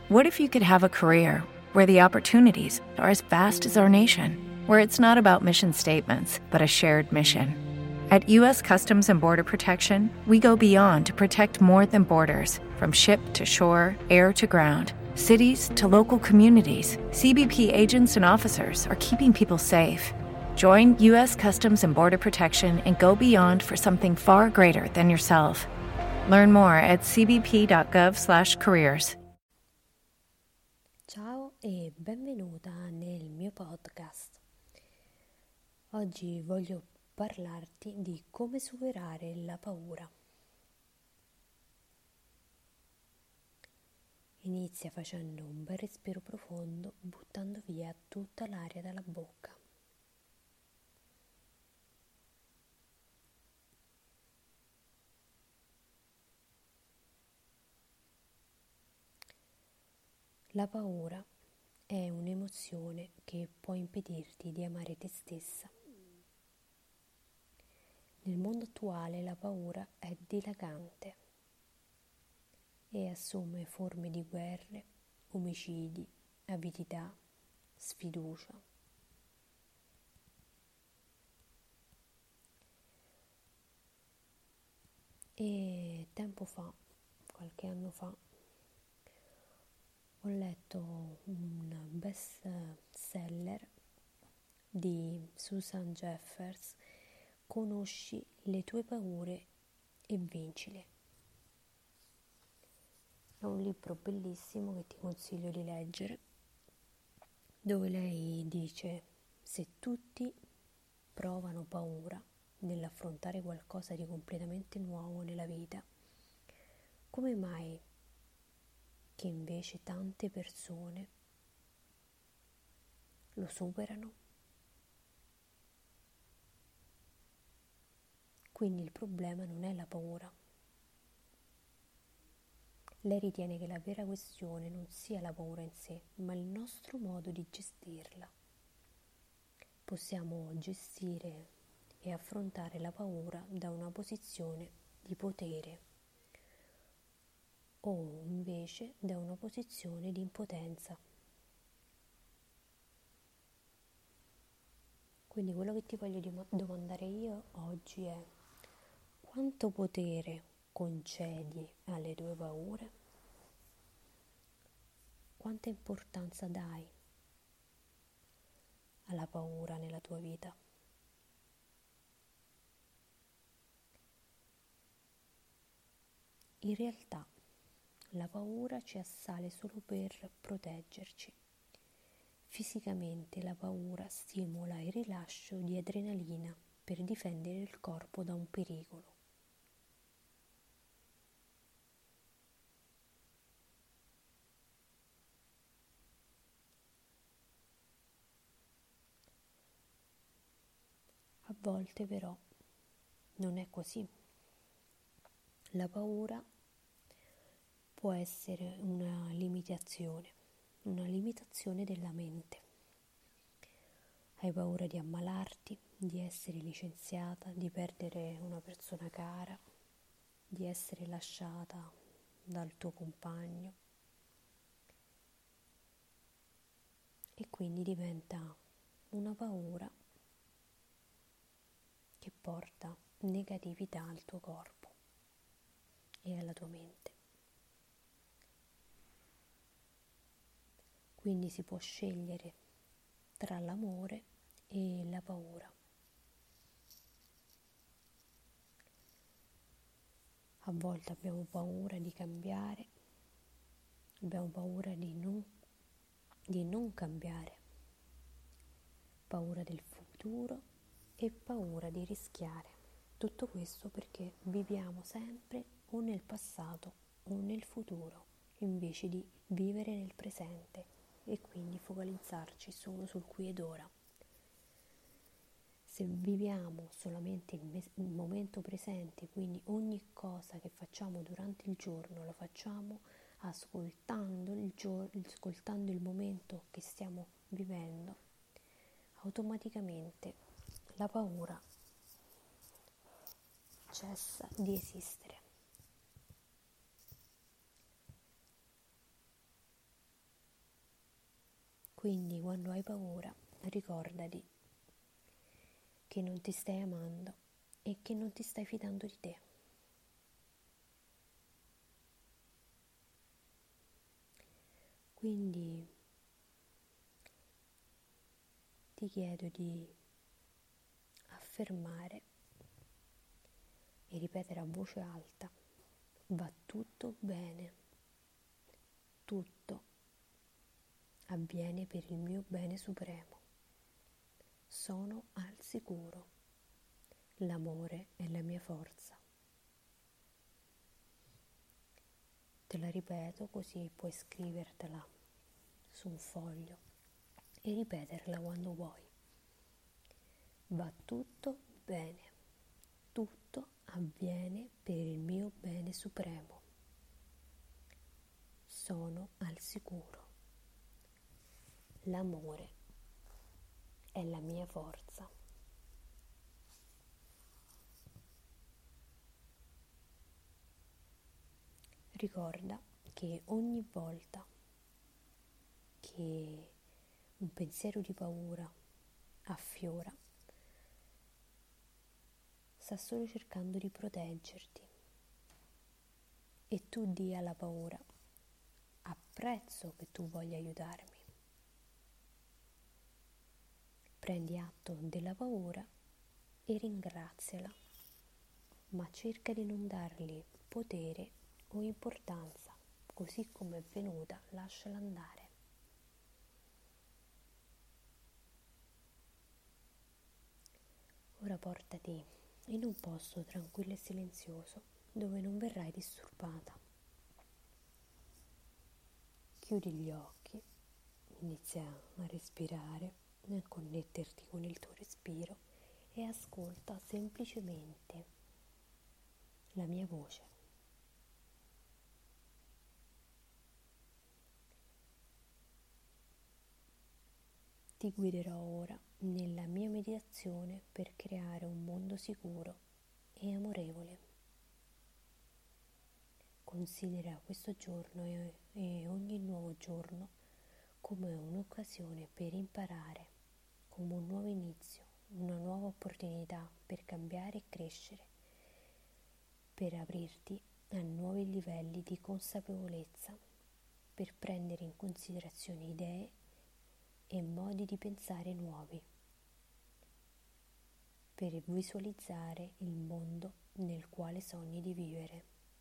What if you could have a career where the opportunities are as vast as our nation, where it's not about mission statements, but a shared mission? At U.S. Customs and Border Protection, we go beyond to protect more than borders. From ship to shore, air to ground, cities to local communities, CBP agents and officers are keeping people safe. Join U.S. Customs and Border Protection and go beyond for something far greater than yourself. Learn more at cbp.gov/careers. Ciao e benvenuta nel mio podcast. Oggi voglio parlarti di come superare la paura. Inizia facendo un bel respiro profondo, buttando via tutta l'aria dalla bocca. La paura è un'emozione che può impedirti di amare te stessa. Nel mondo attuale la paura è dilagante e assume forme di guerre, omicidi, avidità, sfiducia. E tempo fa, qualche anno fa, ho letto un best seller di Susan Jeffers, Conosci le tue paure e vincile. È un libro bellissimo che ti consiglio di leggere, dove lei dice: se tutti provano paura nell'affrontare qualcosa di completamente nuovo nella vita, come mai che invece tante persone lo superano? Quindi il problema non è la paura. Lei ritiene che la vera questione non sia la paura in sé, ma il nostro modo di gestirla. Possiamo gestire e affrontare la paura da una posizione di potere o invece da una posizione di impotenza. Quindi quello che ti voglio domandare io oggi è: quanto potere concedi alle tue paure? Quanta importanza dai alla paura nella tua vita? In realtà la paura ci assale solo per proteggerci. Fisicamente la paura stimola il rilascio di adrenalina per difendere il corpo da un pericolo. A volte però non è così. La paura può essere una limitazione della mente. Hai paura di ammalarti, di essere licenziata, di perdere una persona cara, di essere lasciata dal tuo compagno, e quindi diventa una paura che porta negatività al tuo corpo e alla tua mente. Quindi si può scegliere tra l'amore e la paura. A volte abbiamo paura di cambiare, abbiamo paura di non cambiare, paura del futuro e paura di rischiare. Tutto questo perché viviamo sempre o nel passato o nel futuro, invece di vivere nel presente e quindi focalizzarci solo sul qui ed ora. Se viviamo solamente il momento presente, quindi ogni cosa che facciamo durante il giorno lo facciamo ascoltando il momento che stiamo vivendo, automaticamente la paura cessa di esistere. Quindi quando hai paura, ricordati che non ti stai amando e che non ti stai fidando di te. Quindi ti chiedo di affermare e ripetere a voce alta: va tutto bene, tutto avviene per il mio bene supremo, sono al sicuro, l'amore è la mia forza. Te la ripeto così puoi scrivertela su un foglio e ripeterla quando vuoi. Va tutto bene, tutto avviene per il mio bene supremo, sono al sicuro, l'amore è la mia forza. Ricorda che ogni volta che un pensiero di paura affiora, sta solo cercando di proteggerti, e tu di alla paura: apprezzo che tu voglia aiutarmi. Prendi atto della paura e ringraziala, ma cerca di non dargli potere o importanza, così come è venuta, lasciala andare. Ora portati in un posto tranquillo e silenzioso dove non verrai disturbata. Chiudi gli occhi, inizia a respirare, a connetterti con il tuo respiro e ascolta semplicemente la mia voce. Ti guiderò ora nella mia meditazione per creare un mondo sicuro e amorevole. Considera questo giorno e ogni nuovo giorno come un'occasione per imparare, come un nuovo inizio, una nuova opportunità per cambiare e crescere, per aprirti a nuovi livelli di consapevolezza, per prendere in considerazione idee e modi di pensare nuovi, per visualizzare il mondo nel quale sogni di vivere.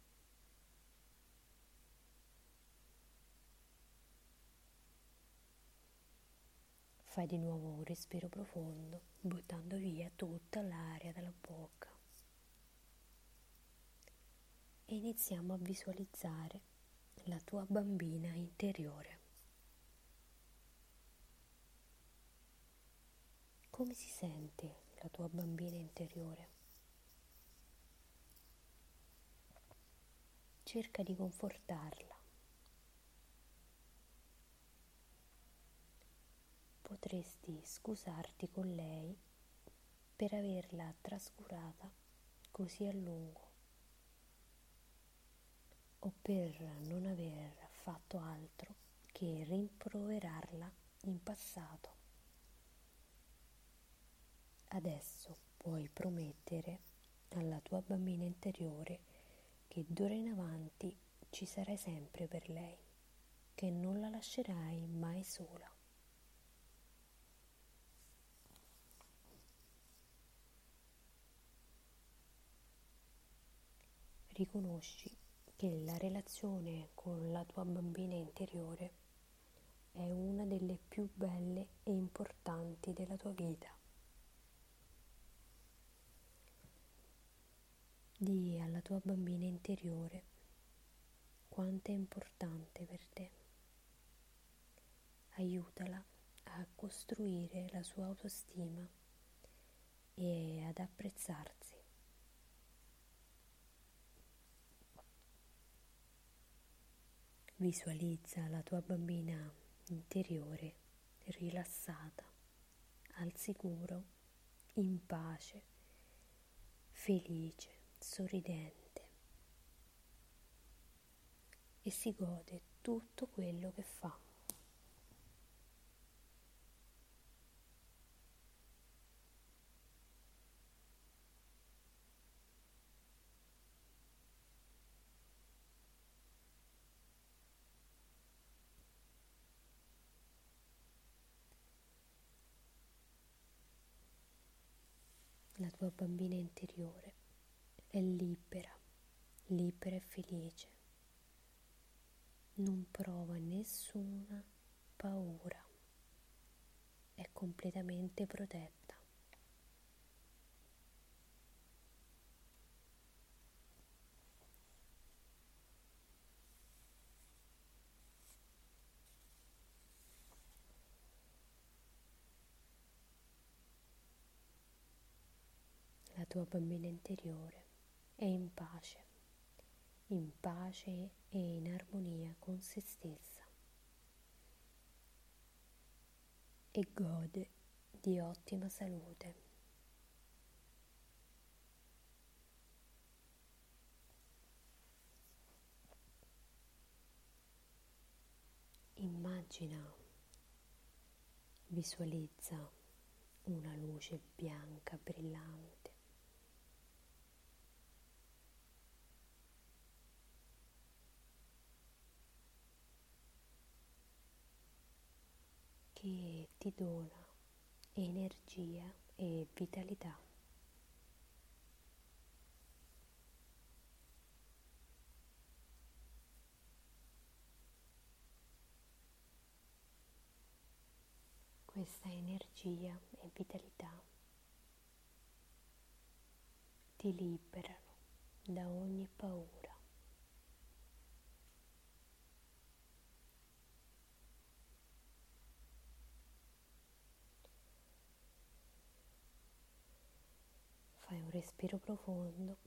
Fai di nuovo un respiro profondo, buttando via tutta l'aria dalla bocca. E iniziamo a visualizzare la tua bambina interiore. Come si sente la tua bambina interiore? Cerca di confortarla. Potresti scusarti con lei per averla trascurata così a lungo o per non aver fatto altro che rimproverarla in passato. Adesso puoi promettere alla tua bambina interiore che d'ora in avanti ci sarai sempre per lei, che non la lascerai mai sola. Riconosci che la relazione con la tua bambina interiore è una delle più belle e importanti della tua vita. Dì alla tua bambina interiore quanto è importante per te. Aiutala a costruire la sua autostima e ad apprezzarsi. Visualizza la tua bambina interiore rilassata, al sicuro, in pace, felice, sorridente, e si gode tutto quello che fa. tua bambina interiore è libera, libera e felice. Non prova nessuna paura, è completamente protetta. La tua bambina interiore è in pace e in armonia con se stessa e gode di ottima salute. Immagina, visualizza una luce bianca brillante che ti dona energia e vitalità. Questa energia e vitalità ti liberano da ogni paura. Fai un respiro profondo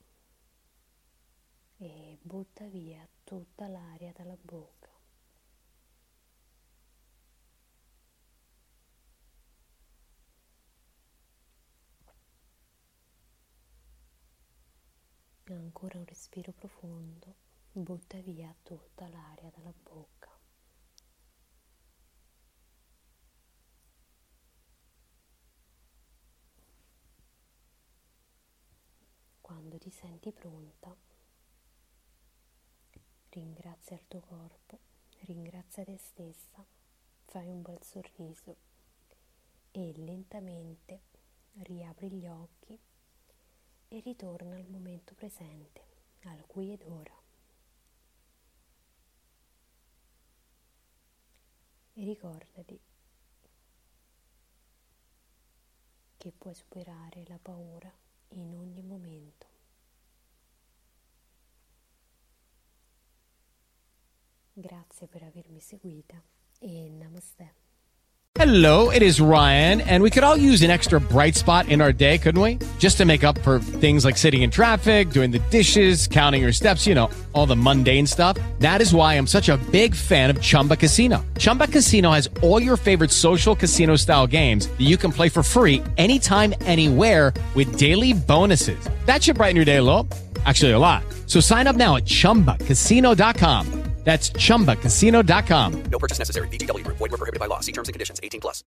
e butta via tutta l'aria dalla bocca. Ancora un respiro profondo, butta via tutta l'aria dalla bocca. Quando ti senti pronta, ringrazia il tuo corpo, ringrazia te stessa, fai un bel sorriso e lentamente riapri gli occhi e ritorna al momento presente, al qui ed ora. E ricordati che puoi superare la paura in ogni momento. Grazie per avermi seguita e namaste. Hello, it is Ryan, and we could all use an extra bright spot in our day, couldn't we? Just to make up for things like sitting in traffic, doing the dishes, counting your steps, you know, all the mundane stuff. That is why I'm such a big fan of Chumba Casino. Chumba Casino has all your favorite social casino-style games that you can play for free anytime, anywhere with daily bonuses. That should brighten your day a little. Actually, a lot. So sign up now at ChumbaCasino.com. That's ChumbaCasino.com. No purchase necessary. VGW Group. Void where prohibited by law. See terms and conditions. 18+.